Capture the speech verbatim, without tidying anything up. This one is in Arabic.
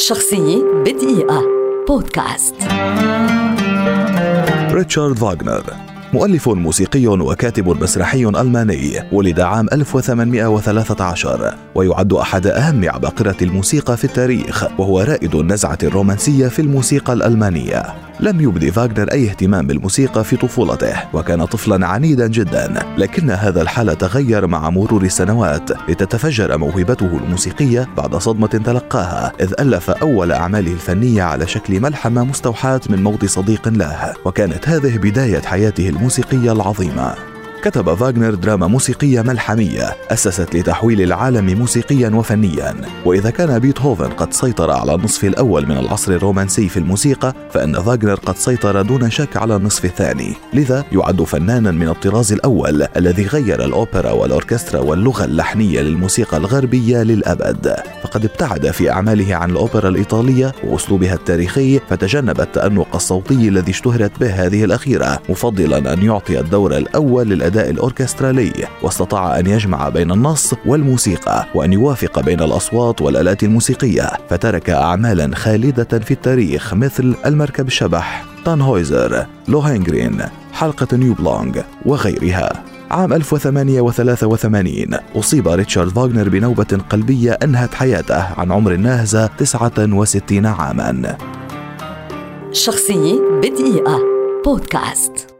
شخصية بدقيقة بودكاست. ريتشارد فاغنر مؤلف موسيقي وكاتب مسرحي ألماني، ولد عام ألف وثمانمائة وثلاثة عشر، ويعد أحد أهم عباقرة الموسيقى في التاريخ، وهو رائد النزعة الرومانسية في الموسيقى الألمانية. لم يبدي فاغنر أي اهتمام بالموسيقى في طفولته، وكان طفلا عنيدا جدا، لكن هذا الحال تغير مع مرور السنوات لتتفجر موهبته الموسيقية بعد صدمة تلقاها، إذ ألف أول أعماله الفنية على شكل ملحمة مستوحاة من موت صديق له، وكانت هذه بداية حياته الموسيقية العظيمة. كتب فاغنر دراما موسيقية ملحمية أسست لتحويل العالم موسيقيا وفنيا، وإذا كان بيتهوفن قد سيطر على النصف الأول من العصر الرومانسي في الموسيقى، فإن فاغنر قد سيطر دون شك على النصف الثاني، لذا يعد فنانا من الطراز الأول الذي غير الأوبرا والأوركسترا واللغة اللحنية للموسيقى الغربية للأبد. فقد ابتعد في أعماله عن الأوبرا الإيطالية وأسلوبها التاريخي، فتجنب التأنق الصوتي الذي اشتهرت به هذه الأخيرة، مفضلا أن يعطي الدور الأول للأداء الأوركسترالي، واستطاع أن يجمع بين النص والموسيقى، وأن يوافق بين الأصوات والآلات الموسيقية، فترك أعمالا خالدة في التاريخ مثل المركب الشبح، تانهويزر، لوهينغرين، حلقة نيوبلونغ وغيرها. عام ألف وثمانمائة وثلاثة وثمانين أصيب ريتشارد فاغنر بنوبة قلبية أنهت حياته عن عمر ناهز تسعة وستين عاما. شخصية بدقيقة بودكاست.